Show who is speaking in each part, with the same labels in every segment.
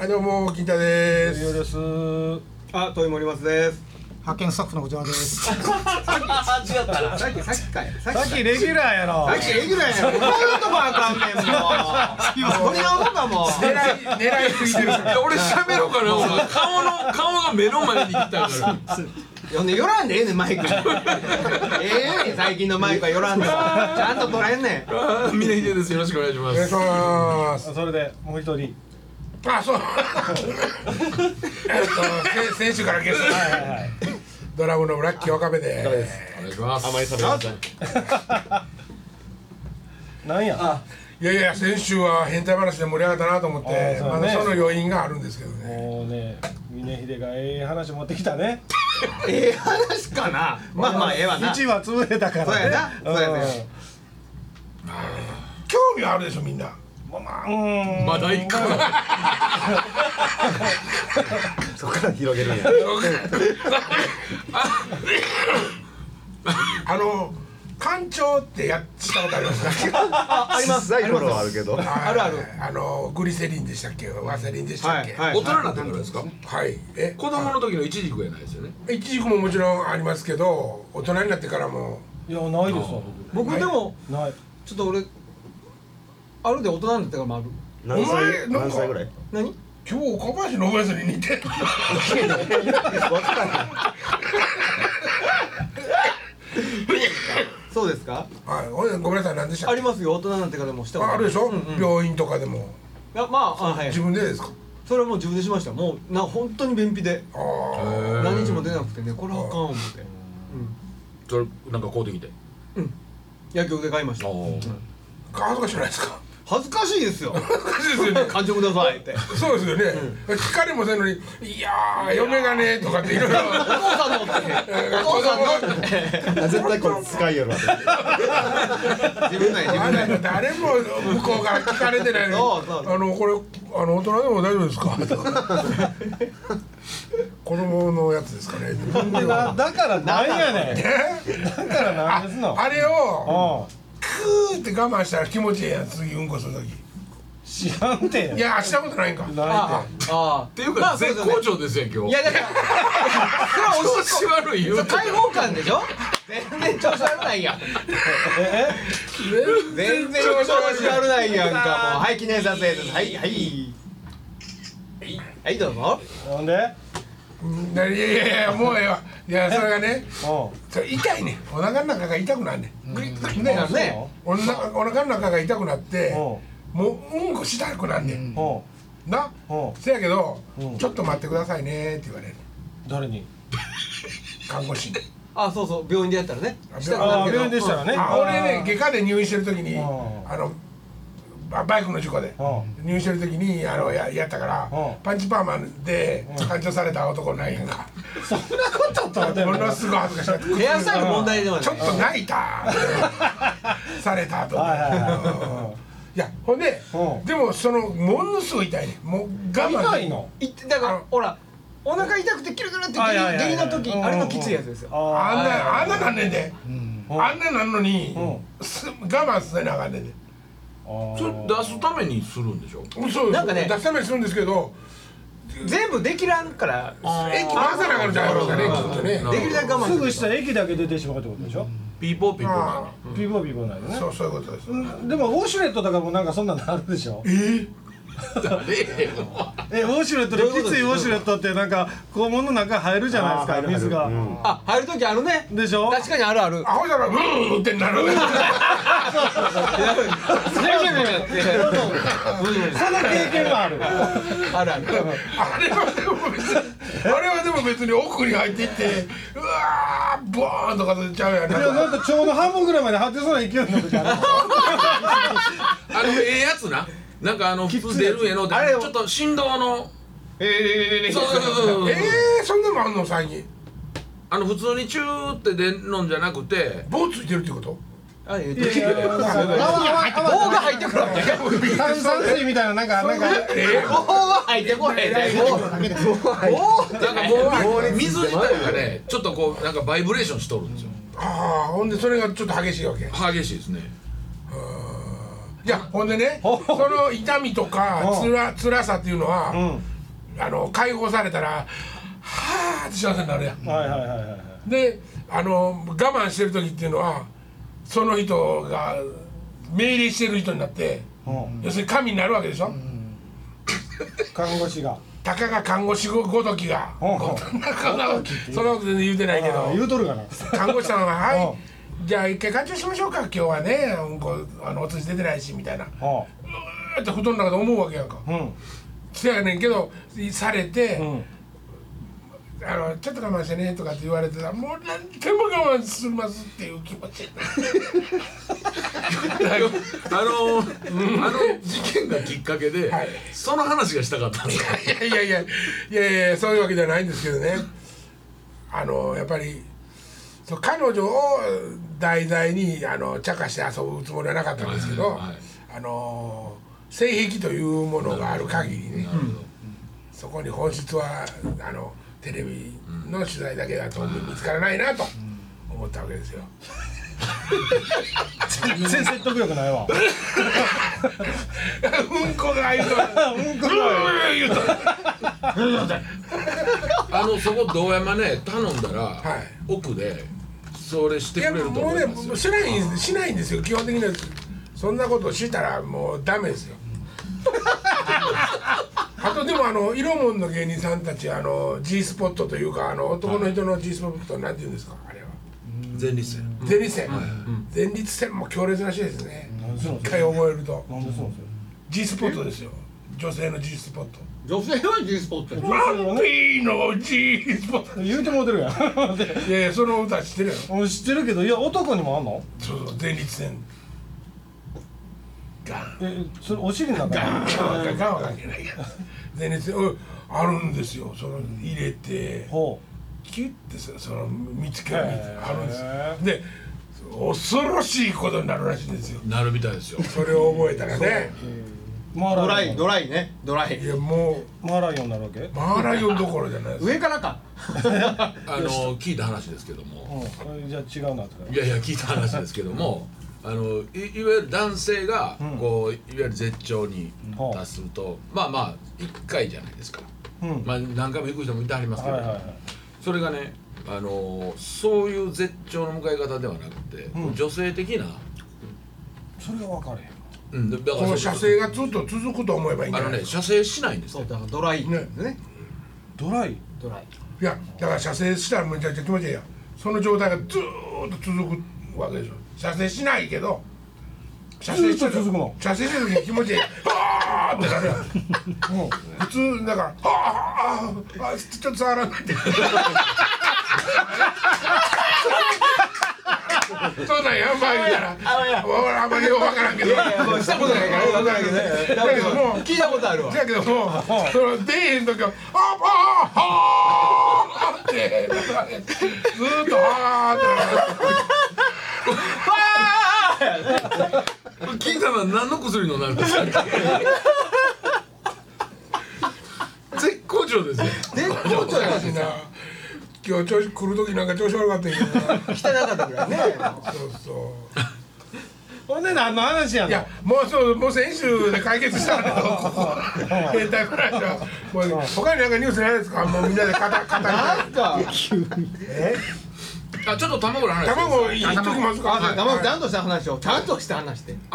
Speaker 1: はい、どうも金太です。
Speaker 2: です。
Speaker 3: あ、豊森松です。
Speaker 4: 派遣スタッフの藤原です。
Speaker 3: 違ったな。さっ
Speaker 2: きレギュラーやろ。
Speaker 3: さっきレギュラーやろ。こういうとこあかんねんもう。取り直そうかもう。
Speaker 1: 狙いすぎてる。
Speaker 5: 俺喋ろうかな。顔が目の前に来たから。
Speaker 3: ほんで寄らんでええねんマイク。最近のマイクは寄らんで。ちゃんと取れんねん。
Speaker 5: 峰秀です。よろしくお願いします。
Speaker 1: お願いします。
Speaker 2: それでもう一人。
Speaker 1: あ、そう。先週からゲスト。ドラムのラッキー若部で。
Speaker 5: お願いします。甘いさべません。
Speaker 2: なんや。
Speaker 1: いや先週は変態話で盛り上がったなと思って、まだその余韻があるんですけどね。
Speaker 2: もうね、峰秀が話持ってきたね。
Speaker 3: 話かな。まあええわな。
Speaker 2: 一は潰れたから。
Speaker 3: そうやな。そうやね。
Speaker 1: 興味あるでしょみんな。
Speaker 5: まだ行く。
Speaker 6: そこから広げるんや。
Speaker 1: 館長ってしたことありますか？
Speaker 3: あります。
Speaker 6: 小さい頃はあるけど。
Speaker 3: あるある。
Speaker 1: グリセリンでしたっけ？ワセリンでしたっけ？
Speaker 5: 大人になってからですか？
Speaker 1: はい。
Speaker 5: 子供の時のイチジクやないですよね。
Speaker 1: イチジクももちろんありますけど、大人になってからも。
Speaker 2: いやないですわ。
Speaker 3: 僕でも
Speaker 2: ない。
Speaker 3: ちょっと俺あるで大人になってからもある。
Speaker 6: 何歳ぐらい？
Speaker 3: 何？
Speaker 1: 今日岡林信康に似てる。
Speaker 6: わからない。
Speaker 3: そうですか？
Speaker 1: はい。ごめんなさい、何でしたっけ？
Speaker 3: ありますよ。大人になってからもしたこと
Speaker 1: あるでしょ？病院とかでも。
Speaker 3: いやはい。
Speaker 1: 自分でですか？
Speaker 3: それはもう自分でしました。もう本当に便秘で何日も出なくてね、これはあかん思って。
Speaker 5: それなんか買うてきて。
Speaker 3: 薬局で買いました。
Speaker 1: 恥ずかしくないですか？
Speaker 3: 恥ずかしいですよ。
Speaker 1: 恥ずかしいですよね。
Speaker 3: 勘定くださいって。
Speaker 1: そうですよね。聞かれもせんのに、いやー嫁がねとかっていろいろ。
Speaker 3: お父さんのって。お父さんのって。
Speaker 6: 絶対こいつ使いよるわ。
Speaker 3: 自分ない。
Speaker 1: 誰も向こうから聞かれてないのに。これ大人でも大丈夫ですか？子供のやつですかね。
Speaker 2: だからなんやねん。だからなんですの。
Speaker 1: あれをクーって我慢したら気持ちいいやん。次うんこするとき。
Speaker 2: 知らんて。
Speaker 1: いやしたことないんか。
Speaker 2: ない
Speaker 5: っていうか絶好調ですよ今日。
Speaker 3: いやだからそれは
Speaker 5: 調子悪いよ。
Speaker 3: 開放感でしょ？全然調子悪ないやん。全然調子悪ないやんかもう。はい記念撮影です。はいどうぞ。
Speaker 2: なんで？
Speaker 1: いやもうええわ。いやそれがね、それ痛いね。お腹の中が痛くなるね。ね。お腹の中が痛くなって、もううんこしたくなんねん。な。せやけどちょっと待ってくださいねって言われる。
Speaker 2: 誰に？
Speaker 1: 看護師に。
Speaker 3: あ、そうそう病院でやったらね。
Speaker 2: 病院でしたらね。
Speaker 1: 俺ね外科で入院してる時にバイクの事故で入院してる時にやったからパンチパーマで勘定された男ないやんか。
Speaker 2: そんなことと
Speaker 1: ものすごい恥ずかしかった。
Speaker 3: ヘアスタイル問題ではない。
Speaker 1: ちょっと泣いたされたと。いやほんででもものすごい痛いね。もう我慢
Speaker 2: 痛いの？
Speaker 3: だからほらお腹痛くてキルキルって下痢の時あれのきついやつですよ。
Speaker 1: あんななんねんで。あんななんのに我慢せなあかんねんで。
Speaker 5: それ出すためにするんでしょ？
Speaker 1: そう
Speaker 3: なんかね
Speaker 1: 出すためにするんですけど
Speaker 3: 全部できらんから
Speaker 1: 駅回せなあかんじゃないですかね。きっとね。
Speaker 3: できるだけ我慢
Speaker 2: すぐしたら液だけ出てしまうってことでしょ？
Speaker 5: ピーポーピーポーなの。
Speaker 2: ピーポーピーポーなのね。
Speaker 1: そういうことです。
Speaker 2: でもウォシュレットとかもなんかそんなのあるでしょ？ウォシュレットできついウォシュレットってなんか肛門の中入るじゃないですか水が。
Speaker 3: 入る時あるね。
Speaker 2: でしょ？
Speaker 3: 確かにあるある。
Speaker 1: アホじゃないってなる。
Speaker 2: その経験はある。
Speaker 3: あるある。
Speaker 1: あれはでも別に奥に入っていってうわーボーンとか出ちゃうやん。
Speaker 2: いやなんかちょうど半分ぐらいまで張ってそうな勢いの時ある。
Speaker 5: ええやつな。なんか普通出る絵のちょっと振動の。
Speaker 1: そんなのあんの最近。
Speaker 5: 普通にチューって出んのんじゃなくて
Speaker 1: 棒ついてるってこと？
Speaker 3: 棒が入ってくるわけ。
Speaker 2: 炭酸水みたいななんか
Speaker 3: 棒が入ってこへん。
Speaker 5: なんかもう水自体がねちょっとこうなんかバイブレーションしとるんですよ。
Speaker 1: ほんでそれがちょっと激しいわけ。
Speaker 5: 激しいですね。
Speaker 1: いやほんでねその痛みとか辛さっていうのは解放されたらはーって幸せになるやん。
Speaker 2: はいはいはいはいはい。
Speaker 1: で我慢してる時っていうのはその人が命令してる人になって、要するに神になるわけでしょ。
Speaker 2: 看護師が。
Speaker 1: たかが看護師ごときが、そんなこと全然言うてないけど、
Speaker 2: 言うとるがな。
Speaker 1: 看護師さんが「はい、じゃあ一回勘定しましょうか、今日はね、お通じ出てないし」みたいな、うーって布団の中で思うわけやんか。そやねんけどされて、ちょっと我慢してねとかって言われてたら、もう何でも我慢しますっていう気持ち
Speaker 5: あの事件がきっかけで、
Speaker 1: はい
Speaker 5: その話がしたかったんですか。
Speaker 1: いやそういうわけではないんですけどね。やっぱり彼女を題材に茶化して遊ぶつもりはなかったんですけど、
Speaker 5: はいはい
Speaker 1: 性癖というものがある限りね、そこに本質はテレビの取材だけだと見つからないなと思ったわけですよ。
Speaker 2: 全然説得力ないわ。
Speaker 1: うんこが言うと言うと
Speaker 5: そこ堂山ね頼んだら、
Speaker 1: はい
Speaker 5: 奥でそれして
Speaker 1: いや
Speaker 5: くれると
Speaker 1: もうね
Speaker 5: 思いますよ。
Speaker 1: しないんですよ、基本的には。そんなことをしたらもうダメですよ。あとでも色物の芸人さんたちG スポットというか男の人の G スポットなんて言うんですか、あれは
Speaker 5: 前立腺。
Speaker 1: 前立腺、前立腺も強烈らしいですね。一回覚えると
Speaker 2: なんでそうなんですよ。
Speaker 1: G スポットですよ、女性の G スポット。
Speaker 3: 女性は G スポットや
Speaker 1: マンピーの G スポット。
Speaker 2: 言うてもうてるやん。
Speaker 1: いやいや、その歌知ってるやろ。
Speaker 2: 俺知ってるけど、いや男にもあんの？
Speaker 1: そう前立腺ガン
Speaker 2: それお尻の中に。
Speaker 1: ガンは関係ないや前立腺あるんですよ。入れて
Speaker 2: ほ
Speaker 1: キュッて見つける
Speaker 2: へー
Speaker 1: あるんですよ。で恐ろしいことになるらしいんですよ、
Speaker 5: なるみたいですよ。
Speaker 1: それを覚えたらね。
Speaker 2: う。マー
Speaker 3: ドラ
Speaker 2: ライオン。
Speaker 3: イドライねドライ
Speaker 1: いやも
Speaker 2: マーライオンになるわけ？
Speaker 1: うマーライオンどころじゃないです。
Speaker 3: 上からか
Speaker 5: 聞いた話ですけども、
Speaker 2: じゃあ違うなとか。
Speaker 5: いやいや聞いた話ですけども、いわゆる男性がこういわゆる絶頂に達すると、まあ1回じゃないですか。まあ何回も行く人もいてはりますけど、それがねそういう絶頂の迎え方ではなくて、女性的な、
Speaker 2: それが分かれへん。
Speaker 5: だから
Speaker 1: この射精がずっと続くと思えばいいんじゃないですか。
Speaker 5: 射精しないんですよ。
Speaker 3: そうだからドライね
Speaker 2: ドライ。
Speaker 3: ドライ
Speaker 1: いやだから射精したらめちゃくちゃ気持ちいいやん。その状態がずーっと続くわけでしょ。射精しないけど射精してる
Speaker 2: ずっと続くの？
Speaker 1: 射精してる時に気持ちいいあーってなるやん。普通だからあちょっと触らないでそうなんや、まあ言うたら俺あんまりよく分からんけど
Speaker 3: したことないから分からんけど
Speaker 1: だけども
Speaker 3: 聞いたことあるわ
Speaker 1: だけども出えへん時はってずーっとって
Speaker 5: 金さんは何の薬飲んだんですか。絶好調ですよ。
Speaker 3: 絶好調やし
Speaker 1: な今日調子来る時なんか調子悪かったんやけどな
Speaker 3: 汚かったぐらいね
Speaker 1: そう
Speaker 2: ほんで何の話やの？
Speaker 1: いやもう先週で解決したんだけどここ変態話はもう他になんかニュースないですか。もうみんなで語りたい
Speaker 3: なんか
Speaker 5: ちょっと卵の話。
Speaker 1: 卵いっときますか。
Speaker 3: 卵ちゃんとした話をちゃんとした話で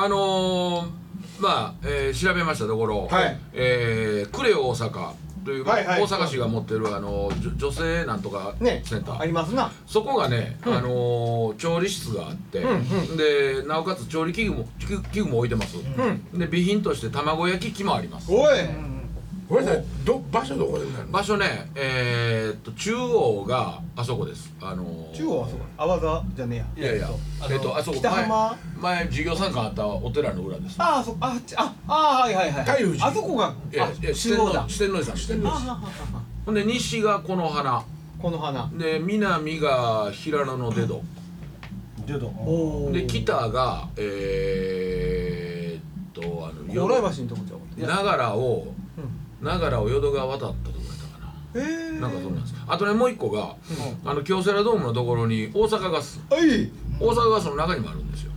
Speaker 5: 調べましたところ、クレオ大阪という大阪市が持ってる女性なんとか
Speaker 3: ね
Speaker 5: センター、
Speaker 3: ありますな
Speaker 5: そこがね、調理室があって、でなおかつ調理器具も置いてます、で備品として卵焼き器もあります。
Speaker 3: おい
Speaker 1: ごめんなさい場所どこでなるの。
Speaker 5: 場所ね中央があそこです。
Speaker 3: 中央はそうか阿波座じゃねえや
Speaker 5: いやいやあそこ
Speaker 3: 北浜
Speaker 5: 前授業参観あったお寺の裏です。
Speaker 3: あはいはいはい
Speaker 1: 太陽寺
Speaker 3: あそこが
Speaker 5: いや
Speaker 3: 中央だ
Speaker 5: 四天王寺さん四天王寺。ほんで西がこの花
Speaker 3: この花
Speaker 5: で南が平野の出戸で北が
Speaker 3: 高麗橋のとこちゃう
Speaker 5: 長良を淀川渡ったとこやったかな。なんかそんなんです。あとねもう一個が京セラドームのところに大阪ガスの中にもあるんですよ。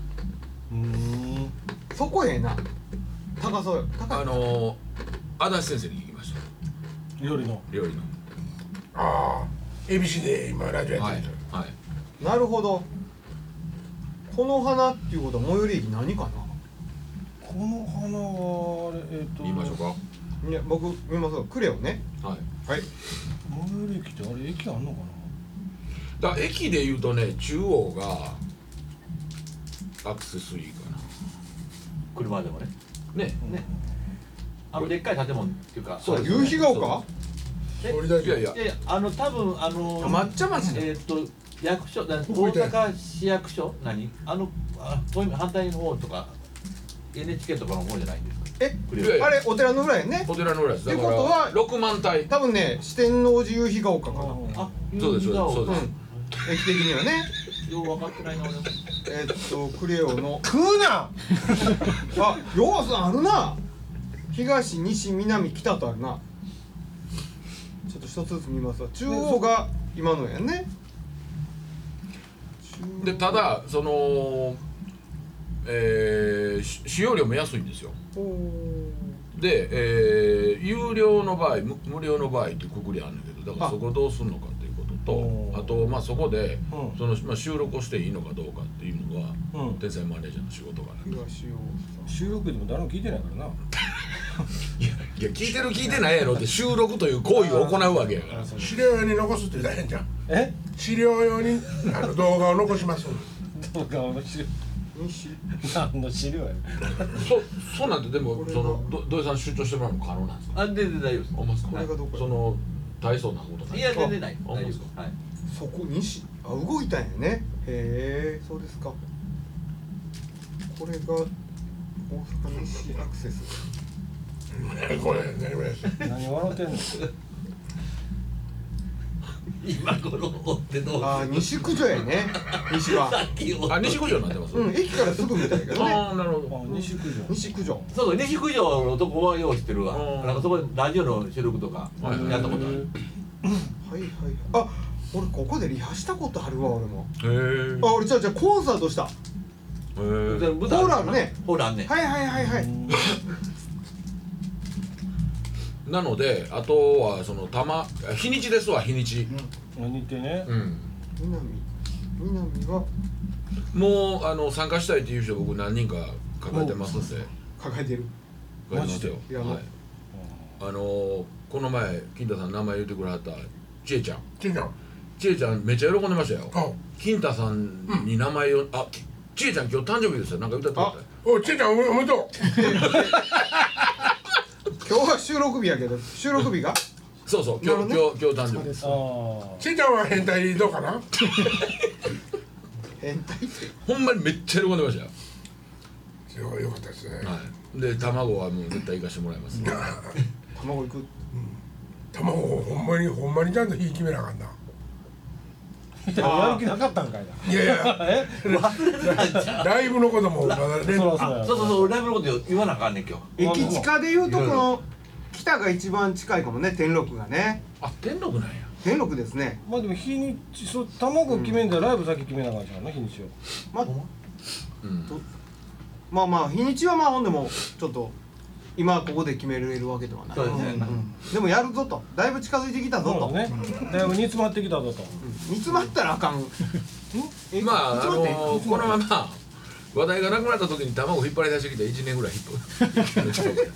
Speaker 3: そこへな高そうよ高い
Speaker 5: 足立先生に聞きまし
Speaker 2: 料理の
Speaker 1: ああ ABC で今ラジオやってる、
Speaker 5: はい
Speaker 3: なるほど。この花っていうことは最寄り駅何かな。
Speaker 2: この花はあれ
Speaker 5: 言いましょうか。
Speaker 3: いや僕見ますよ。クレオね。
Speaker 5: はい。
Speaker 3: はい。
Speaker 2: 最寄り駅ってあれ駅あんのか
Speaker 5: だから駅で言うとね、中央がアクセスいいか
Speaker 4: 車でもね
Speaker 5: な。ね。
Speaker 4: でっかい建物っていうか
Speaker 5: そう
Speaker 3: 夕日が丘。
Speaker 1: 総理大臣
Speaker 5: いやいや
Speaker 4: いやいや多分
Speaker 3: 抹茶町ね。
Speaker 4: 役所大阪市役所反対の方とか NHK とかの方じゃないんですか。
Speaker 5: いやいや
Speaker 3: あれお寺の裏やね。
Speaker 5: お寺の裏です。だか
Speaker 3: ってことは
Speaker 5: ら6万体。
Speaker 3: 多分ね四天王寺夕日が丘かな。
Speaker 4: あ
Speaker 5: そうですそうです。
Speaker 3: 駅的にはね。
Speaker 4: よう分かってないな俺も。
Speaker 3: クレオの
Speaker 2: 食うな
Speaker 3: あ要素あるな。東西南北とあるな。ちょっと一つずつ見ますわ。中央が今のやね。
Speaker 5: でただその使用料も安いんですよ。で、有料の場合無料の場合っていうくくりあるんだけど、だからそこをどうするのかっていうことと、あとまあそこでその、まあ、収録をしていいのかどうかっていうのは、天才マネージャーの仕事がある。
Speaker 2: 収録でも誰も聞いてないからな。
Speaker 5: いや聞いてる聞いてないやろって収録という行為を行うわけやから。
Speaker 1: 資料用に残すって大変じゃん。
Speaker 2: え
Speaker 1: 資料用に動画を残します。
Speaker 2: 動画の資料何の資料や
Speaker 5: そうなんてでもその土井さん出張してもらうの可能なんですか。
Speaker 4: 全然大丈夫です。
Speaker 5: 思いますか。
Speaker 3: これがどこや
Speaker 5: その大層なことない。
Speaker 4: いや全然ない。
Speaker 5: あ
Speaker 4: 大丈夫です。はい。
Speaker 3: そこ西動いたんやね。へえそうですか。これが大阪西アクセス。
Speaker 1: これ何もないです。
Speaker 2: 何笑ってんの
Speaker 4: 今頃追ってどう。
Speaker 3: あ西九条やね。西は。
Speaker 4: さっき追っ
Speaker 5: あ西九条になってます。
Speaker 3: 駅からすぐみたいだけどね。
Speaker 5: ああなるほど。
Speaker 2: 西九条
Speaker 3: 西九条。
Speaker 4: そう西九条のとこはよう知ってるわ。
Speaker 5: うん
Speaker 4: なんかそこでラジオの収録とかやったことある。
Speaker 3: はいはい。あ俺ここでリハしたことあるわ俺も。
Speaker 5: へえ。
Speaker 3: あ俺じゃあコンサートした。
Speaker 5: へえ。
Speaker 4: 舞台
Speaker 3: ホールあるね。
Speaker 4: ホールあんねん。
Speaker 3: はいはいはいはい。
Speaker 5: なのであとはその日にちですわ日にち。
Speaker 2: 何言ってね
Speaker 5: うん。
Speaker 3: 南は
Speaker 5: もう参加したいっていう人僕何人か抱えてますんで。
Speaker 3: 抱えてる。
Speaker 5: 抱えてますよ。
Speaker 3: マジで
Speaker 5: はい。この前金太さん名前言ってくれはったちえちゃん。
Speaker 1: ちんちゃん。
Speaker 5: ちえちゃんめっちゃ喜んでましたよ。
Speaker 1: あ、
Speaker 5: 金太さんに名前をちえちゃん今日誕生日ですよ。なんか歌ってくれた。
Speaker 1: おちんちゃんおめでとう。
Speaker 3: 今日は収録日やけど収録日が
Speaker 5: そうそう今日誕生日です。
Speaker 2: あ
Speaker 1: ちんちゃんは変態どうかな。
Speaker 3: 変態って
Speaker 5: ほんまにめっちゃ喜んでましたよ。
Speaker 1: よかったですね。
Speaker 5: はい。で卵はもう絶対行かしてもらいますんで。
Speaker 3: 卵いく。
Speaker 1: 卵をほんまにちゃんと火決めなあかんな。
Speaker 2: あやる気なかったんかいない
Speaker 1: やいや
Speaker 2: え
Speaker 1: ライブのこともまだね。
Speaker 2: そらそうや
Speaker 4: そうライブのこと言わなあかんねん今日。
Speaker 3: 駅近でいうとこの北が一番近いかもね天禄がね。
Speaker 5: あ天禄なんや。
Speaker 3: 天禄ですね。
Speaker 2: まあでも日にち卵決めんだらライブ先決めなあかんじゃんな日にちを
Speaker 3: ま
Speaker 5: うん。
Speaker 3: まあまあ日にちはまあほんでもちょっと今ここで決めれるわけではない。
Speaker 4: そうですね
Speaker 3: でもやるぞとだいぶ近づいてきたぞと。
Speaker 2: そうだねだいぶ煮詰まってきたぞと
Speaker 3: 煮詰まったらあかん。
Speaker 5: まあ
Speaker 3: 煮詰まって
Speaker 5: このまま話題がなくなった時に卵引っ張り出してきたら1年ぐらい引っ張る。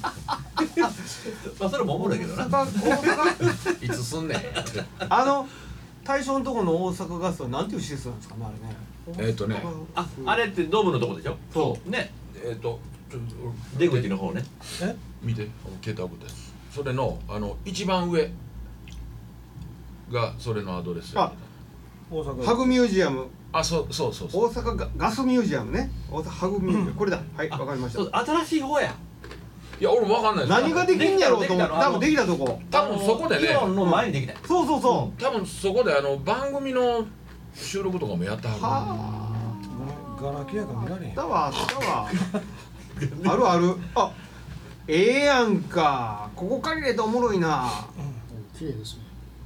Speaker 4: まあそれもおもろいけどな。
Speaker 3: 大阪
Speaker 5: いつすんねん。
Speaker 3: 大正のところの大阪ガスはなんていう施設なんですかねあれね。
Speaker 5: ね
Speaker 4: あれってドームのとこでしょ。
Speaker 3: そう
Speaker 4: ね
Speaker 5: ちょっと
Speaker 4: 出口の方ね。
Speaker 5: 見て携帯送ってそれの一番上がそれのアドレスやけど。
Speaker 2: 大阪
Speaker 3: ハグミュージアム
Speaker 5: そう
Speaker 3: 大阪ガスミュージアムね。大阪ハグミュージアムこれだはいわかりました。
Speaker 4: そう新しい方や。
Speaker 5: いや俺も分かんないです。
Speaker 3: 何ができんやろうと思って
Speaker 4: できた
Speaker 3: 多分できたとこ。
Speaker 5: 多分そこでね
Speaker 4: イオンの前にできない。
Speaker 3: そうそうそう。
Speaker 5: 多分そこで番組の収録とかもやったは
Speaker 3: は
Speaker 2: ガラケーやから見られへん
Speaker 3: ああったわあったわあるあるあやんかここ借りれておもろいな。
Speaker 7: 綺麗ですね。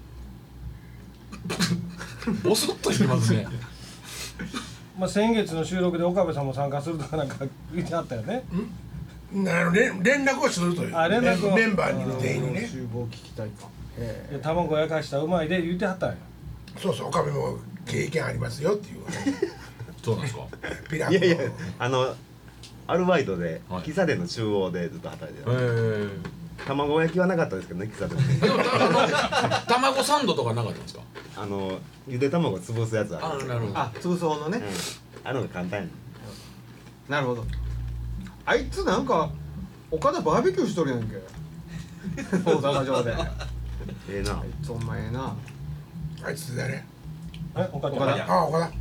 Speaker 5: ずボソッと言ってますね。
Speaker 2: まあ先月の収録で岡部さんも参加するとかなんか言ってあったよね
Speaker 1: 連絡をするという
Speaker 2: あ連絡を
Speaker 1: メンバーに全員にね。
Speaker 3: 集合聞きたいか。
Speaker 2: で卵焼かしたらうまいで言ってはったんよ。
Speaker 1: そうそう、岡部も経験ありますよっていう
Speaker 5: そうなんですか。
Speaker 1: ピラフ
Speaker 6: いやいやアルバイトで
Speaker 5: はい
Speaker 6: 喫茶店の中央でずっと働いてた、
Speaker 5: へ
Speaker 6: 卵焼きはなかったですけどね、喫茶店
Speaker 5: え。でも卵サンドとかなかったんですか。
Speaker 6: ゆで卵潰すやつあるんですよ
Speaker 5: なるほど。
Speaker 3: あ、潰す方のね。
Speaker 6: あるのが簡単やね
Speaker 3: なるほど。あいつなんか岡田バーベキューしとるやんけ。大阪城で。あ
Speaker 6: ええない
Speaker 3: つお前な。
Speaker 1: あいつ誰？
Speaker 2: おかちゃん。
Speaker 3: 岡田
Speaker 1: ああ、岡田。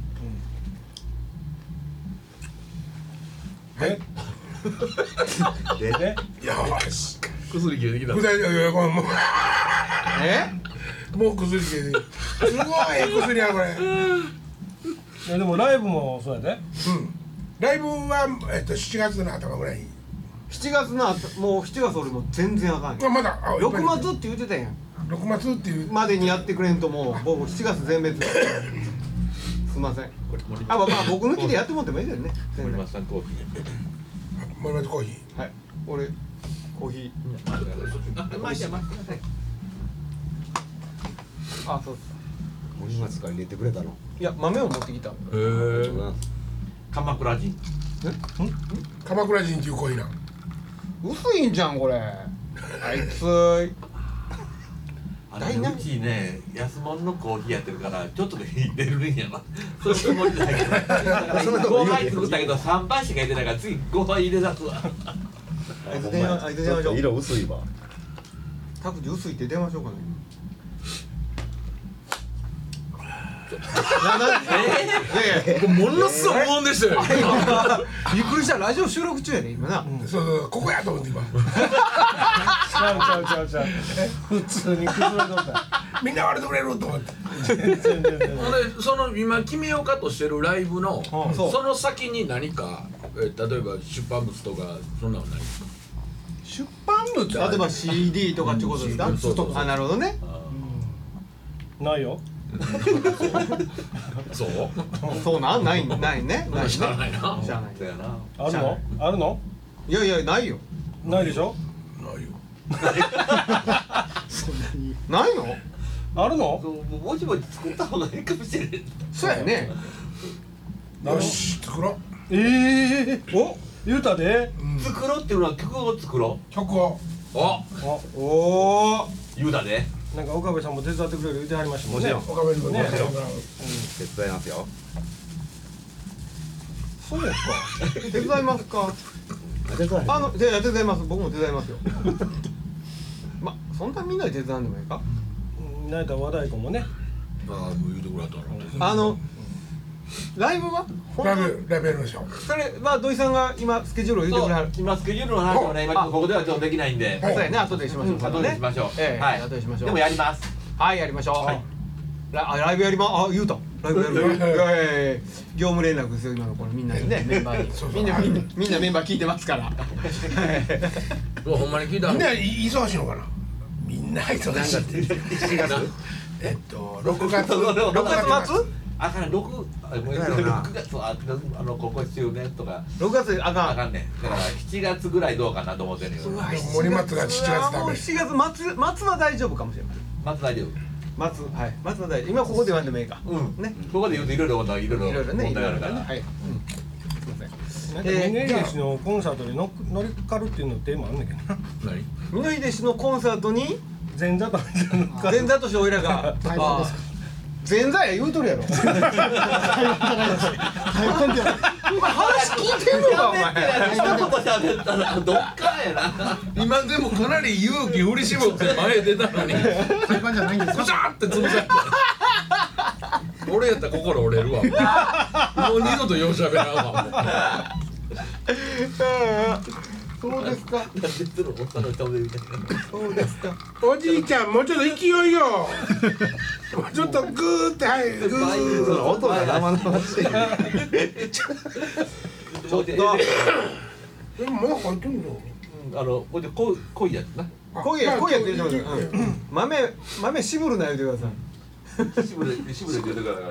Speaker 2: え
Speaker 6: で
Speaker 2: で
Speaker 1: よし。
Speaker 5: 薬切れてきた。
Speaker 1: 具材でこれも
Speaker 3: え？
Speaker 1: う薬切れてすごい薬やこれ。
Speaker 2: いやでもライブもそうやで。
Speaker 1: ライブは7月の頭ぐらいに。
Speaker 3: 7月な、もう7月俺も全然あかんよ。
Speaker 1: まだ
Speaker 3: 6月って言ってたやん。
Speaker 1: 6月っていう
Speaker 3: までにやってくれんともう僕7月全滅。すいません。まあ僕抜きでやってもらってもいいけどね。
Speaker 4: 森松さんコーヒ
Speaker 1: 森松コーヒー。
Speaker 3: はい。俺コーヒ
Speaker 4: ー。まあじゃあ待ってください。
Speaker 3: ー。あ、そうです。
Speaker 6: 森松から入れてくれたの
Speaker 3: いや豆を持ってきた。
Speaker 5: へえ。
Speaker 4: 鎌倉人。
Speaker 1: 鎌倉人っていうコーヒーなん。
Speaker 3: 薄いんじゃんこれ。あいつ。
Speaker 4: うちね、安物のコーヒーやってるからちょっとで入れるんやな。そういうつもりだけど。だから5杯作ったけど3杯しか入れないから次5杯入れ出すわ。
Speaker 3: あいつ電話
Speaker 6: ちょっと色薄いわ
Speaker 3: タクチ薄いって電話しようかな。
Speaker 5: ものすごい無音でしたよ。
Speaker 3: びっくりした。ラジオ収録中やで今な。
Speaker 1: そうそう、ここやと思って今。
Speaker 2: ちゃう。普通に崩れとった。
Speaker 1: みんな割れてくれると思って。
Speaker 2: 全然
Speaker 5: ほんでその今決めようかとしてるライブの
Speaker 3: そう
Speaker 5: その先に何か例えば出版物とかそんなのないですか。
Speaker 2: 出版物
Speaker 3: 例えば CD とかってことですか。
Speaker 5: そうそう
Speaker 3: あ、なるほどね。
Speaker 2: ないよ。
Speaker 5: そう
Speaker 3: そうなんないね。ないね。
Speaker 5: 知らないな。
Speaker 3: 知らない。
Speaker 4: そうやな。
Speaker 2: あるの？あるの？
Speaker 3: いやいやないよ。
Speaker 2: ないでしょ？
Speaker 1: ないよ。
Speaker 3: ないの？
Speaker 2: あるの？
Speaker 4: そうもちもち作った方がいいかもしれない。
Speaker 3: そうやね。
Speaker 1: よし、作ろう。
Speaker 3: お、
Speaker 2: 言うたで。
Speaker 4: 作ろうっていうのは曲を作ろ
Speaker 1: 曲を。
Speaker 5: あ
Speaker 2: あ、
Speaker 3: おお。
Speaker 4: う。言うだね。
Speaker 2: なんか岡部さんも手伝ってくれる言うてはりましたもんね。
Speaker 1: 岡部にもね。
Speaker 6: 手伝いますよ
Speaker 2: そうか。
Speaker 3: 手伝いますか。
Speaker 6: 手伝い
Speaker 3: 手伝います。僕も手伝いますよ。ま、そんなみんなで手伝うんでもいいか。
Speaker 2: なんか和太鼓もね。
Speaker 5: あもう言うてくれはったの。
Speaker 3: ライブは？
Speaker 1: ライブやりましょう。
Speaker 3: それは土井さんが今スケジュールを言ってくれはる。
Speaker 4: 今スケジュールの話をね、今ここではちょっとできないんで。
Speaker 3: そうやね。後でしましょう。
Speaker 4: 後でしましょう。
Speaker 3: ええ、
Speaker 4: はい。
Speaker 3: 後でしましょう。
Speaker 4: でもやります。
Speaker 3: はい、やりましょう。
Speaker 4: はい
Speaker 3: ライブやりま、あ、言うた。ライブやる。業務連絡ですよ、今のこのみんなにね、メンバーに。みんなメンバー聞いてますから。
Speaker 5: もうほんまに聞いたの。
Speaker 1: みんな忙しいのかな。みんな忙しい。
Speaker 6: 7月
Speaker 1: 6月。
Speaker 3: 6月末？
Speaker 4: あかん6月ここ周年とか
Speaker 3: 6月あかん。
Speaker 4: あかんねん。だから7月ぐらいどうかなと思ってるよ。
Speaker 1: 森松が7月ダメ。
Speaker 3: もう7月末は大丈夫かもしれない。
Speaker 4: 松大丈夫。
Speaker 3: 末は大丈夫。今ここで言わんでもいいか。ね。
Speaker 4: ここで言うといろいろ問題
Speaker 3: いろいろね。
Speaker 4: 問題あるから。
Speaker 3: はい。すみません。
Speaker 2: なんか峰岸のコンサートに乗りかかるっていうのテーマあんねんけどな。
Speaker 5: 何？
Speaker 3: 美濃秀氏のコンサートに
Speaker 2: 前座と
Speaker 3: 前座としておいらが前座や言うとるやろ。話聞いてんのかお前。
Speaker 4: 一言喋ったらどっからやな。
Speaker 5: 今でもかなり勇気振り絞って前出たのに
Speaker 2: 裁判じゃないんです
Speaker 5: コシャーって潰された。俺やったら心折れるわ。もう二度とようしゃべらんわ。
Speaker 3: そうですか。そうですか。
Speaker 1: おじいちゃん、もうちょっと勢いよ。もうちょっとグーってはい、グー。
Speaker 6: 音が生々しい
Speaker 1: でもまだ入ってんの。
Speaker 4: これで濃いやつな。
Speaker 3: 濃いやつ入れてます。豆絞るな言うてください。
Speaker 4: 渋る言うてから。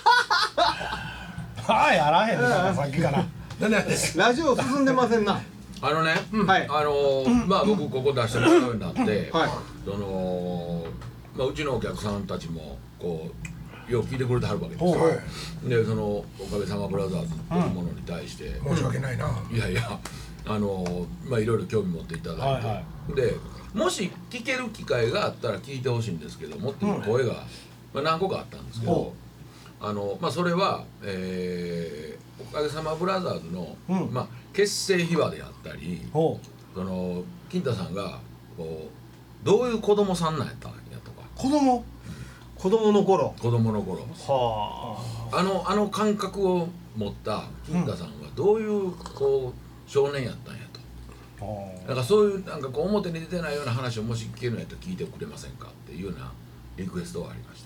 Speaker 2: はい、やらへんねんさっきから。
Speaker 1: なんで。
Speaker 3: ラジオ進んでませんな。 はい
Speaker 5: まあ僕ここ出してもらうようになって
Speaker 3: はい
Speaker 5: まあうちのお客さんたちもこうよく聞いてくれてはるわけですよ。でそのおかげさまブラザーズっていうものに対して
Speaker 1: 申し訳ないな。
Speaker 5: いやいやまあいろいろ興味持っていただいて、でもし聞ける機会があったら聞いてほしいんですけどもっていう声が、まあ、何個かあったんですけど、まあそれは、おかげさまブラザーズの、まあ、結成秘話であったり、その金太さんがこうどういう子供さんなんやったんやとか、
Speaker 2: 子供の頃
Speaker 3: は
Speaker 5: あの感覚を持った金太さんがどういうこう少年やったんやと、だからそういうなんかこう表に出てないような話をもし聞けるのやったら聞いてくれませんかっていうようなリクエストがありました。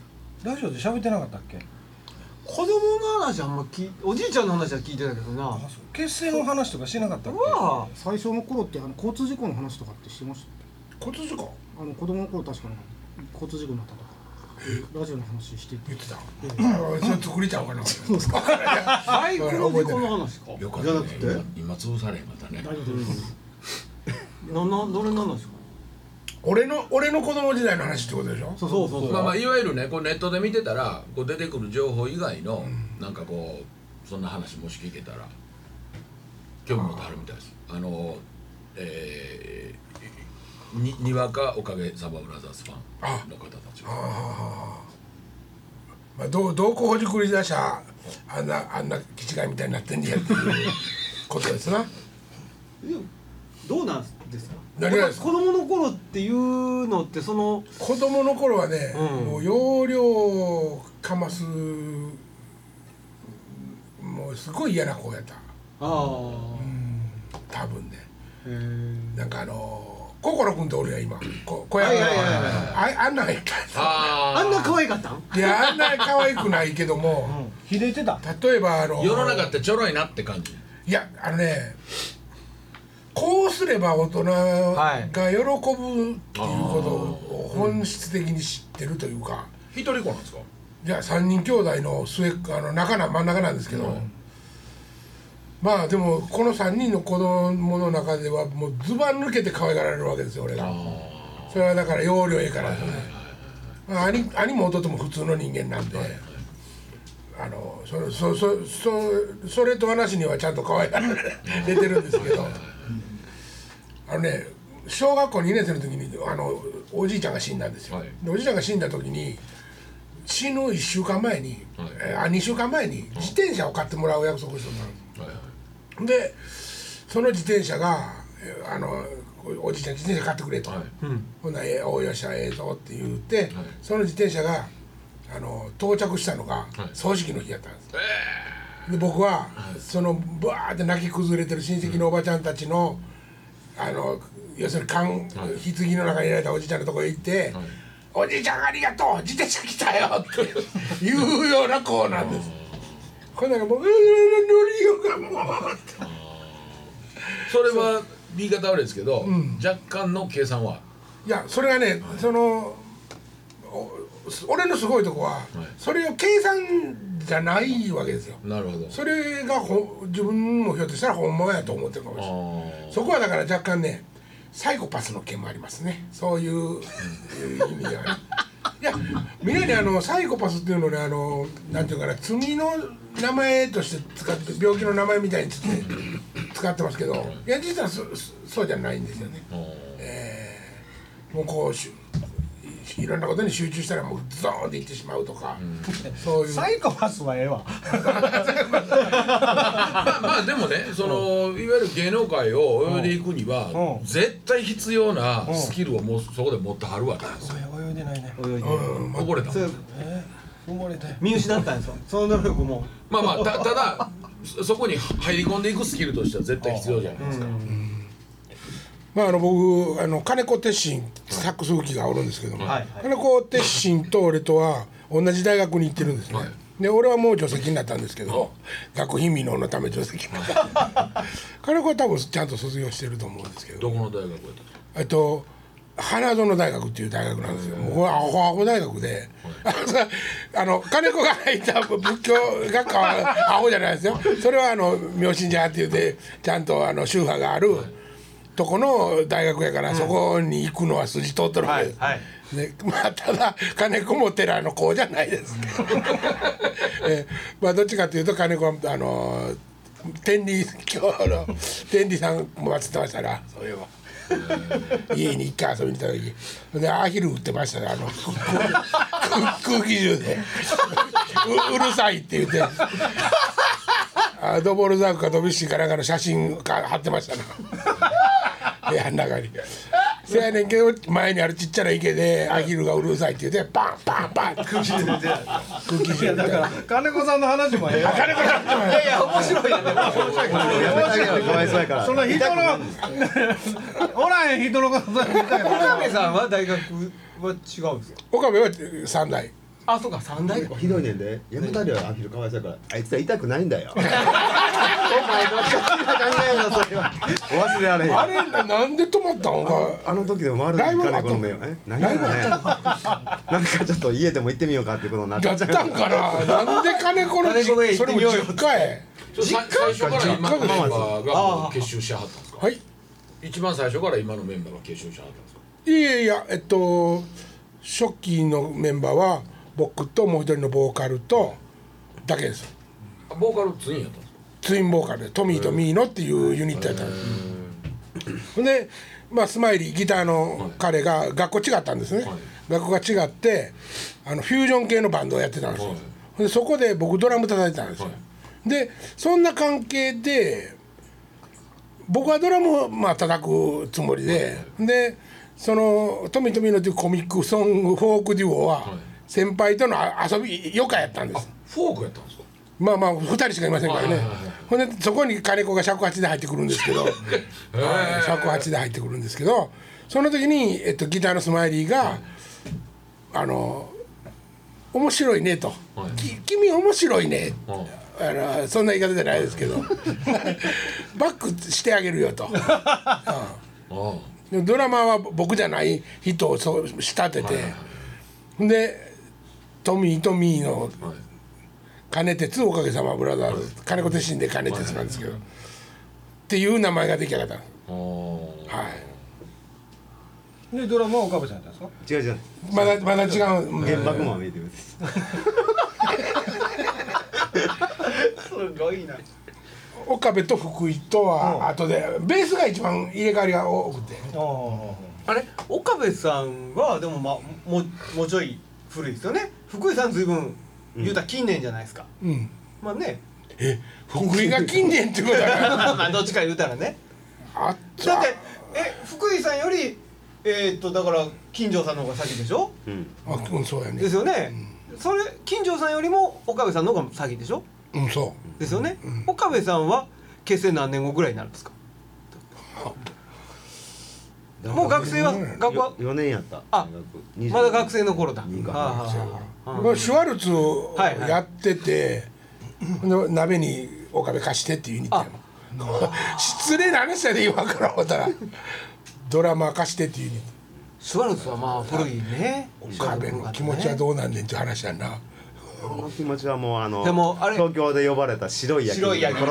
Speaker 2: ラジオで喋ってなかったっけ？
Speaker 3: 子供の話あんまおじいちゃんの話は聞いてたけどな。
Speaker 2: 結成の話とかしなかったっけ？
Speaker 7: 最初の頃って交通事故の話とかってしてました？
Speaker 1: 交通事故？
Speaker 7: 子供の頃確かに交通事故になったとかラジオの話して
Speaker 1: 言ってた。それ作りちゃうかな。
Speaker 7: そうですか。
Speaker 3: バイクの事故の話か。
Speaker 5: よかったね。今潰されへんかったね。
Speaker 7: 大丈夫です。
Speaker 3: どれの話か。
Speaker 1: 俺の子供時代の話ってことでしょ。
Speaker 3: そう
Speaker 5: まあまあいわゆるねこうネットで見てたらこう出てくる情報以外のなんかこうそんな話もし聞けたら興味持ってはるみたいです。にわかおかげさまブラザーズファンの方たちが。
Speaker 1: まあどうこうほじくり出したあんな気違いみたいになってんねやっていうことですな。
Speaker 3: どうなんですか。
Speaker 1: 何がですか。
Speaker 3: 子供の頃っていうのってその
Speaker 1: 子供の頃はね、もう容量をかますもうすごい嫌な子やった。
Speaker 3: 多
Speaker 1: 分ね。なんか心君と俺は今小屋あんなんやった
Speaker 3: あんな可愛かったん？
Speaker 1: いやあんな可愛くないけども、
Speaker 2: ひでてた。
Speaker 1: 例えば
Speaker 5: 世の中ってちょろいなって感じ。
Speaker 1: いやこうすれば大人が喜ぶっていうことを本質的に知ってるというか。
Speaker 5: 一人っ子なんですか？
Speaker 1: いや3人兄弟の末っ子真ん中なんですけど、まあでもこの3人の子供の中ではもうズバ抜けて可愛がられるわけですよ俺が。それはだから容量ええからですね。まあ兄も弟も普通の人間なんで、それと話にはちゃんと可愛がられてるんですけど、小学校2年生の時におじいちゃんが死んだんですよ。でおじいちゃんが死んだ時に死ぬ1週間前に、2週間前に自転車を買ってもらう約束をしてたんです。でその自転車がおじいちゃん自転車買ってくれと、ほんならおよっしゃええぞって言って、その自転車が到着したのが葬式の日やったんです。で僕はそのバーって泣き崩れてる親戚のおばちゃんたちの要するに棺の中に入れられたおじいちゃんのところへ行って「おじいちゃんありがとう自転車来たよ」っていうような子なんです。こんなのもう「乗りよがもう」
Speaker 5: それは言い方悪いですけど、若干の計算は。
Speaker 1: いやそれがね俺のすごいとこは、それを計算じゃないわけですよ。
Speaker 5: なるほど。
Speaker 1: それが自分もひょっとしたら本物やと思ってるかもしれない。そこはだから若干ねサイコパスの件もありますね。そういう意味ではね。いやみんなにサイコパスっていうのでなんていうかな罪の名前として使って病気の名前みたいに使ってますけど、いや実はそうじゃないんですよね。もうこういろんなことに集中したらもうゾーンっていってしまうとか、そういう
Speaker 2: サイコパスはええわ。
Speaker 5: まあでもねいわゆる芸能界を泳いでいくには絶対必要なスキルをもうそこで持ってはるわけですよ。
Speaker 2: 泳いでないね。
Speaker 5: 溺れた。
Speaker 2: 埋もれて
Speaker 3: 見失ったんですよその能力も。
Speaker 5: まあただそこに入り込んでいくスキルとしては絶対必要じゃないですか。
Speaker 1: まあ僕金子鉄心サックス吹きがおるんですけども、金子鉄心と俺とは同じ大学に行ってるんですね。で俺はもう除籍になったんですけど、学費未納のため除籍になった。金子は多分ちゃんと卒業してると思うんですけど。
Speaker 5: どこの大学やったの？
Speaker 1: 花園大学っていう大学なんですよ。もうこれアホ大学で、金子が入った仏教学科はアホじゃないですよ。それは妙心寺って言ってちゃんと宗派があるとこの大学やから、そこに行くのは筋通ってるわけです、
Speaker 3: はい
Speaker 1: でまあただ金子も寺の子じゃないですまあどっちかというと金子は天理教の天理さんも祀ってましたな、そういえば。家に一回遊びに行った時でアヒル売ってましたね、空気銃でうるさいって言ってドボルザークかドビュッシーかなんかの写真貼ってましたな部屋の中に。せやねんけど前にあるちっちゃな池でアヒルがうるさいって言ってパンパンパン空気銃で
Speaker 2: だから金子さんの話もええわ。
Speaker 1: 金子さん
Speaker 3: いやいや面白いやね。
Speaker 6: やめてあげろかわいそうやから
Speaker 2: その人のおらへん人のこと言ったけど
Speaker 3: 岡部さんは大学は違うんですか。
Speaker 1: 岡部は三代。
Speaker 3: あ、そうか三代か。
Speaker 6: ひどいねんでやめたりはアヒルかわいそうやからあいつは痛くないんだよお前の考えなそれはお忘れられへん
Speaker 1: あれなんで止まったんか。
Speaker 6: あの時でも悪い
Speaker 1: ライブ
Speaker 6: 金子の目よ何やろねなんかちょっと家でも行ってみようかってことになっちゃう
Speaker 1: だったんかな。なんで金子の
Speaker 3: 金子の家
Speaker 1: それも実家へ。
Speaker 5: 最初から今のメンバーがもう結集しはったんですか。
Speaker 1: はい。
Speaker 5: 一番最初から今のメンバーが結集しはったんですか。
Speaker 1: いや初期のメンバーは僕ともう一人のボーカルとだけです。
Speaker 5: ボーカルツインやったんですか。
Speaker 1: ツインボーカルでトミーとミーノっていうユニットやったんです。でまあスマイリーギターの彼が学校違ったんですね、学校が違ってフュージョン系のバンドをやってたんですよ、でそこで僕ドラム叩いてたんですよ、でそんな関係で僕はドラムをまあ叩くつもりで、でそのトミーとミーノっていうコミックソングフォークデュオは先輩との遊び余暇やったんです。
Speaker 5: フォークやったんですか。
Speaker 1: まあ2人しかいませんからね、ほんでそこに金子が尺八で入ってくるんですけど尺八で入ってくるんですけど、その時に、ギターのスマイリーが面白いねと、君面白いね、そんな言い方じゃないですけどバックしてあげるよと、ドラマは僕じゃない人をそう仕立てて、でトミーとミーの金鉄おかげさまブラザーズ、金子鉄心で金鉄なんですけど、っていう名前が出来上がった。はい。
Speaker 2: でドラマは岡部さんやったんですか。
Speaker 6: 違う
Speaker 1: まだ違う。
Speaker 6: 原爆も見えてる
Speaker 3: すごいな。
Speaker 1: 岡部と福井とは後でベースが一番入れ替わりが多くて。
Speaker 3: あれ岡部さんはでももうちょい古いですよね。福井さんずいぶん言うたら近年じゃないですか。まあね。
Speaker 1: 福井が近年ってことだから。
Speaker 3: まあどっちか言うたらね。
Speaker 1: だって
Speaker 3: 福井さんよりだから金城さんの方が先でしょ。
Speaker 1: そうやね。
Speaker 3: ですよね。それ金城さんよりも岡部さんの方が先でしょ。
Speaker 1: そう
Speaker 3: ですよね。岡部さんは結成何年後ぐらいになるんですか。もう学生は学校は
Speaker 6: 4年やった。
Speaker 3: あ、まだ学生の頃だ。
Speaker 1: シュワルツをやってて、鍋に岡部貸してっていうユニットやもん。失礼な話やで今から思ったらドラマ貸してっていうユニット。
Speaker 3: シュワルツはまあ古いね。
Speaker 1: 岡部の気持ちはどうなんねんっていう話やな。
Speaker 6: この気持ちはもう
Speaker 3: でもあれ
Speaker 6: 東京で呼ばれた白い焼き肉
Speaker 3: 焼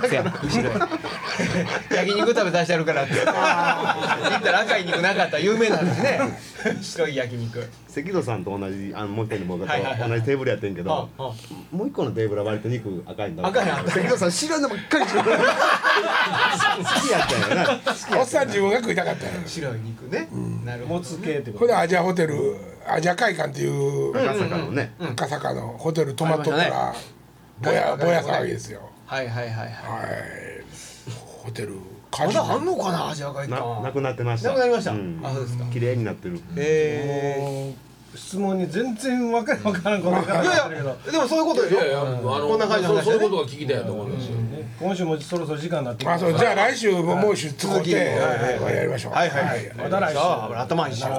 Speaker 3: 肉食べさせてやるからって言ったら赤い肉なかった有名なんですね。白い焼肉。
Speaker 6: 関戸さんと同じもう一人の僕と同じテーブルやってんけど、もう一個のテーブルは割と肉赤いんだ。
Speaker 3: 赤いな。
Speaker 6: 関戸さん白いのばっかり好きやったんやな。
Speaker 1: おっさん自分が食いたかったよ。
Speaker 3: 白い肉ね。なるほど。
Speaker 2: もつ系ってこ
Speaker 1: これでアジアホテルアジア会館っていう
Speaker 6: 赤坂のね、
Speaker 1: 赤坂のホテル泊まっとったらぼや騒ぎですよ。
Speaker 3: はいはいはいはい。
Speaker 1: ホテル
Speaker 3: まだあんのかなアジア会館。
Speaker 6: なくなってました。
Speaker 3: なくなりました。
Speaker 6: あ、そうですか。綺麗になってる。
Speaker 2: 質問に全然わからんことが
Speaker 3: いやいやでもそういうことでしょ。こんな感じの話
Speaker 5: そういうことが聞きたいと思いますよ。
Speaker 2: 今週もそろそろ時間になってきま
Speaker 1: じゃあ来週ももう一つこてやりましょう。
Speaker 3: はいはい。
Speaker 2: また来週
Speaker 3: 頭にしよう。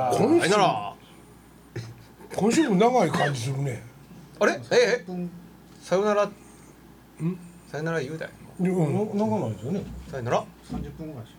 Speaker 1: 今週も長い感じするね。
Speaker 3: あれさよならさよなら言うだよ。
Speaker 2: 長ないですよね。
Speaker 3: さよなら
Speaker 7: 30分ぐらいしか